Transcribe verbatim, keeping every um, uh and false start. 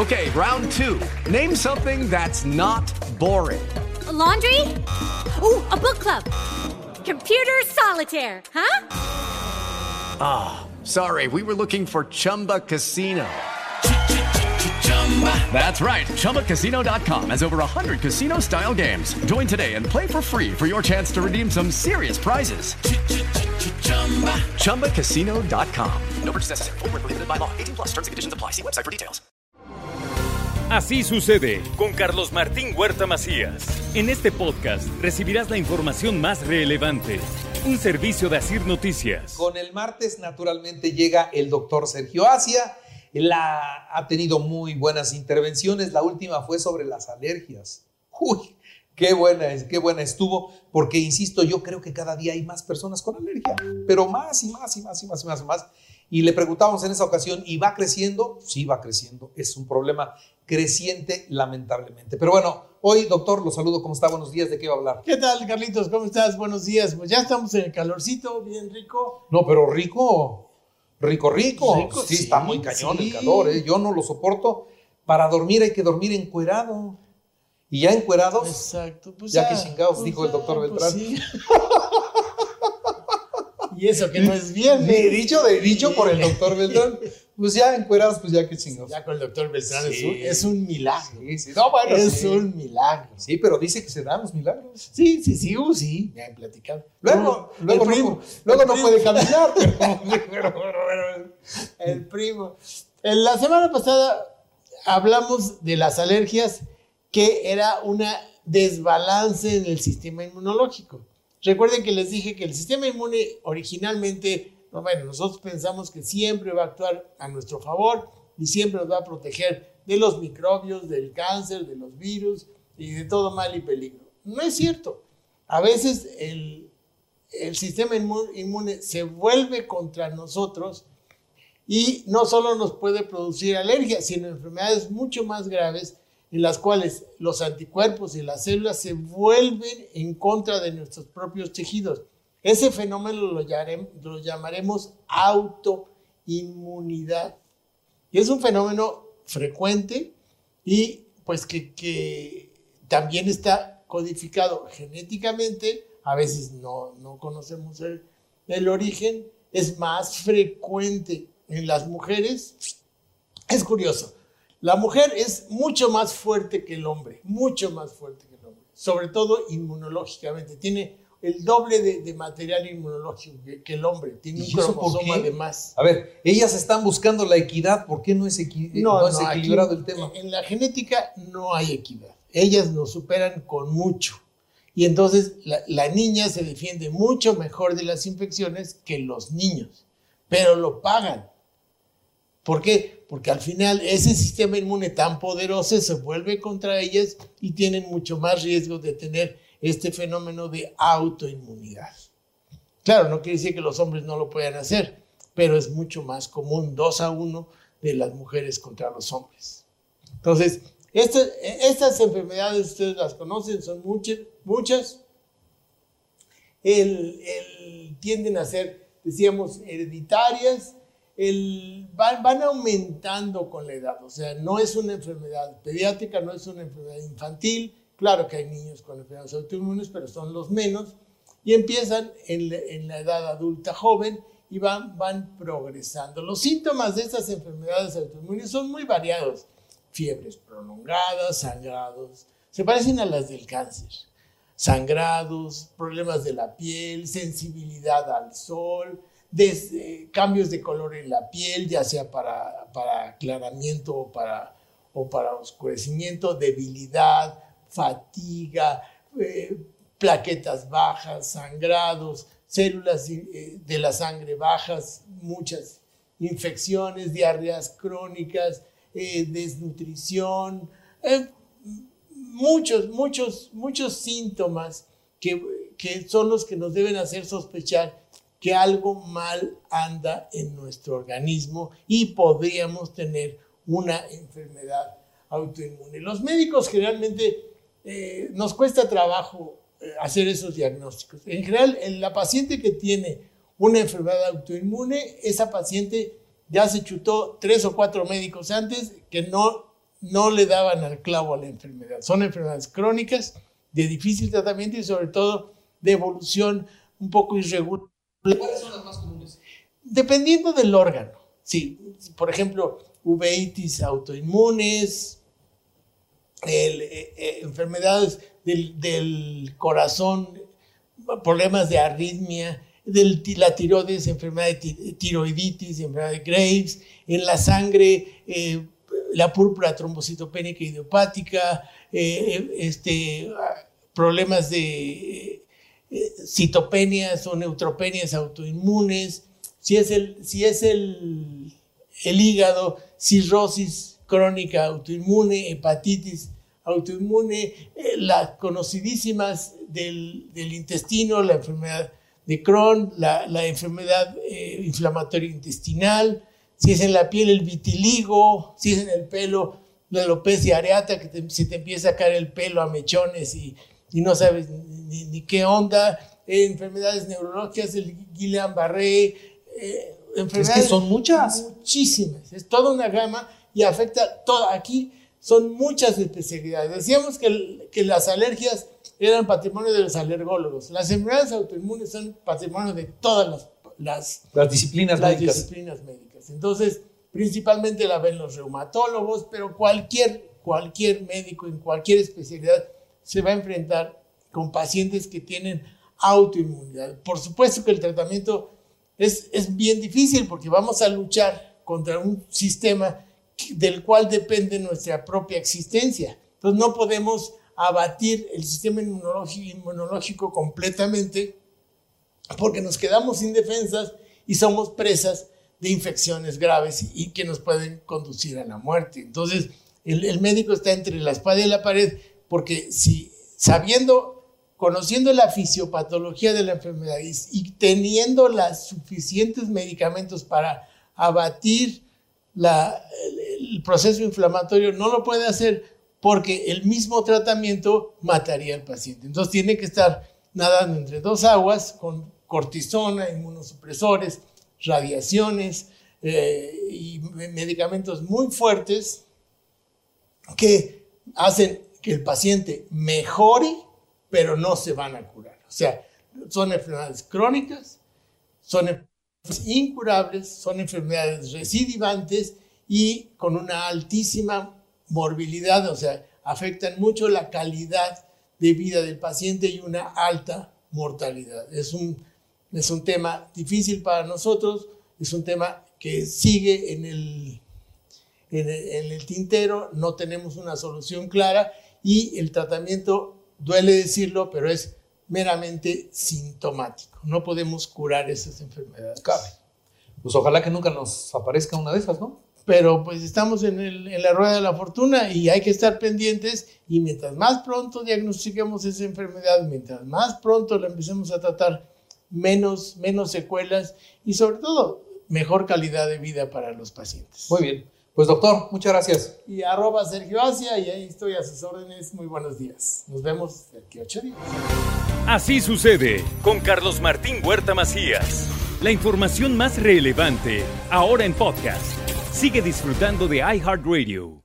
Okay, round two. Name something that's not boring. A laundry? Ooh, a book club. Computer solitaire, huh? Ah, oh, sorry, we were looking for Chumba Casino. That's right, Chumba Casino dot com has over one hundred casino-style games. Join today and play for free for your chance to redeem some serious prizes. Chumba Casino dot com. No purchase necessary. Void where prohibited by law. eighteen plus terms and conditions apply. See website for details. Así sucede con Carlos Martín Huerta Macías. En este podcast recibirás la información más relevante. Un servicio de Asir Noticias. Con el martes, naturalmente, llega el doctor Sergio Asia. La, ha tenido muy buenas intervenciones. La última fue sobre las alergias. Uy, qué buena, qué buena estuvo, porque insisto, yo creo que cada día hay más personas con alergia, pero más y más y más y más y más y más. Y le preguntábamos en esa ocasión, ¿y va creciendo? Sí, va creciendo. Es un problema creciente, lamentablemente. Pero bueno, hoy, doctor, lo saludo. ¿Cómo está? Buenos días. ¿De qué va a hablar? ¿Qué tal, Carlitos? ¿Cómo estás? Buenos días. Pues ya estamos en el calorcito, bien rico. No, pero rico... Rico, rico. rico sí, sí, está muy cañón sí. el calor, ¿eh? Yo no lo soporto. Para dormir hay que dormir encuerado. Y ya encuerados, exacto, pues ya, ya que chingados, pues dijo el doctor pues Beltrán. Sí. Y eso que no es bien. Ni dicho, de, dicho sí. por el doctor Beltrán. Pues ya encuerados, pues ya que chingados. Ya con el doctor Beltrán sí. es, un, es un milagro. Sí, sí. No, bueno, es sí. un milagro. Sí, pero dice que se dan los milagros. Sí, sí, sí, uh, sí, me han platicado. Luego, el luego, primo, no, luego no primo. puede caminar. Pero, pero, pero, pero, el primo. En la semana pasada hablamos de las alergias, que era una desbalance en el sistema inmunológico. Recuerden que les dije que el sistema inmune originalmente, bueno, nosotros pensamos que siempre va a actuar a nuestro favor y siempre nos va a proteger de los microbios, del cáncer, de los virus y de todo mal y peligro. No es cierto. A veces el, el sistema inmune se vuelve contra nosotros y no solo nos puede producir alergia, sino enfermedades mucho más graves en las cuales los anticuerpos y las células se vuelven en contra de nuestros propios tejidos. Ese fenómeno lo llamaremos, lo llamaremos autoinmunidad. Y es un fenómeno frecuente y pues que, que también está codificado genéticamente. A veces no, no conocemos el, el origen. Es más frecuente en las mujeres. Es curioso. La mujer es mucho más fuerte que el hombre, mucho más fuerte que el hombre, sobre todo inmunológicamente. Tiene el doble de, de material inmunológico que, que el hombre, tiene un cromosoma de más. A ver, ellas están buscando la equidad, ¿por qué no es, equi no, no es no, equilibrado aquí, el tema? En la genética no hay equidad, ellas nos superan con mucho. Y entonces la, la niña se defiende mucho mejor de las infecciones que los niños, pero lo pagan. ¿Por qué? Porque al final ese sistema inmune tan poderoso se vuelve contra ellas y tienen mucho más riesgo de tener este fenómeno de autoinmunidad. Claro, no quiere decir que los hombres no lo puedan hacer, pero es mucho más común, dos a uno de las mujeres contra los hombres. Entonces, estas, estas enfermedades ustedes las conocen, son muchas, muchas. El, el, tienden a ser, decíamos, hereditarias. El, van, van aumentando con la edad, o sea, no es una enfermedad pediátrica, no es una enfermedad infantil. Claro que hay niños con enfermedades autoinmunes, pero son los menos, y empiezan en, en la edad adulta joven y van, van progresando. Los síntomas de estas enfermedades autoinmunes son muy variados: fiebres prolongadas, sangrados, se parecen a las del cáncer, sangrados, problemas de la piel, sensibilidad al sol, Des, eh, cambios de color en la piel, ya sea para, para aclaramiento o para, o para oscurecimiento, debilidad, fatiga, eh, plaquetas bajas, sangrados, células eh, de la sangre bajas, muchas infecciones, diarreas crónicas, eh, desnutrición, eh, muchos, muchos, muchos síntomas que, que son los que nos deben hacer sospechar que algo mal anda en nuestro organismo y podríamos tener una enfermedad autoinmune. Los médicos generalmente eh, nos cuesta trabajo eh, hacer esos diagnósticos. En general, en la paciente que tiene una enfermedad autoinmune, esa paciente ya se chutó tres o cuatro médicos antes que no, no le daban al clavo a la enfermedad. Son enfermedades crónicas, de difícil tratamiento y sobre todo de evolución un poco irregular. ¿Cuáles son las más comunes? Dependiendo del órgano. Sí, por ejemplo, uveitis autoinmunes, el, eh, eh, enfermedades del, del corazón, problemas de arritmia, de la tiroides, enfermedad de tiroiditis, enfermedad de Graves, en la sangre, eh, la púrpura trombocitopénica idiopática, eh, este, problemas de eh, citopenias o neutropenias autoinmunes, si es el, si es el, el hígado, cirrosis crónica autoinmune, hepatitis autoinmune, eh, las conocidísimas del, del intestino, la enfermedad de Crohn, la, la enfermedad eh, inflamatoria intestinal, si es en la piel el vitiligo, si es en el pelo la alopecia areata, que te, se te empieza a caer el pelo a mechones y, y no sabes ni, ni qué onda, eh, enfermedades neurológicas, el Guillain-Barré, eh, enfermedades... Es que son muchas. Muchísimas, es toda una gama y afecta toda. Aquí son muchas especialidades. Decíamos que, el, que las alergias eran patrimonio de los alergólogos. Las enfermedades autoinmunes son patrimonio de todas las, las, las, disciplinas, las médicas. disciplinas médicas. Entonces, principalmente la ven los reumatólogos, pero cualquier, cualquier médico en cualquier especialidad se va a enfrentar con pacientes que tienen autoinmunidad. Por supuesto que el tratamiento es, es bien difícil porque vamos a luchar contra un sistema del cual depende nuestra propia existencia. Entonces no podemos abatir el sistema inmunológico, inmunológico completamente porque nos quedamos indefensas y somos presas de infecciones graves y, y que nos pueden conducir a la muerte. Entonces el, el médico está entre la espada y la pared porque si sabiendo, conociendo la fisiopatología de la enfermedad y, y teniendo los suficientes medicamentos para abatir la, el, el proceso inflamatorio, no lo puede hacer porque el mismo tratamiento mataría al paciente. Entonces tiene que estar nadando entre dos aguas con cortisona, inmunosupresores, radiaciones eh, y medicamentos muy fuertes que hacen que el paciente mejore, pero no se van a curar. O sea, son enfermedades crónicas, son enfermedades incurables, son enfermedades recidivantes y con una altísima morbilidad, o sea, afectan mucho la calidad de vida del paciente y una alta mortalidad. Es un, es un tema difícil para nosotros, es un tema que sigue en el, en el, en el tintero, no tenemos una solución clara y el tratamiento, duele decirlo, pero es meramente sintomático. No podemos curar esas enfermedades. Cabe. Pues ojalá que nunca nos aparezca una de esas, ¿no? Pero pues estamos en, el, en la rueda de la fortuna y hay que estar pendientes y mientras más pronto diagnostiquemos esa enfermedad, mientras más pronto la empecemos a tratar, menos, menos secuelas y sobre todo mejor calidad de vida para los pacientes. Muy bien. Pues doctor, muchas gracias. Y arroba Sergio Asia y ahí estoy a sus órdenes. Muy buenos días. Nos vemos aquí ocho días. Así sucede con Carlos Martín Huerta Macías. La información más relevante ahora en podcast. Sigue disfrutando de iHeartRadio.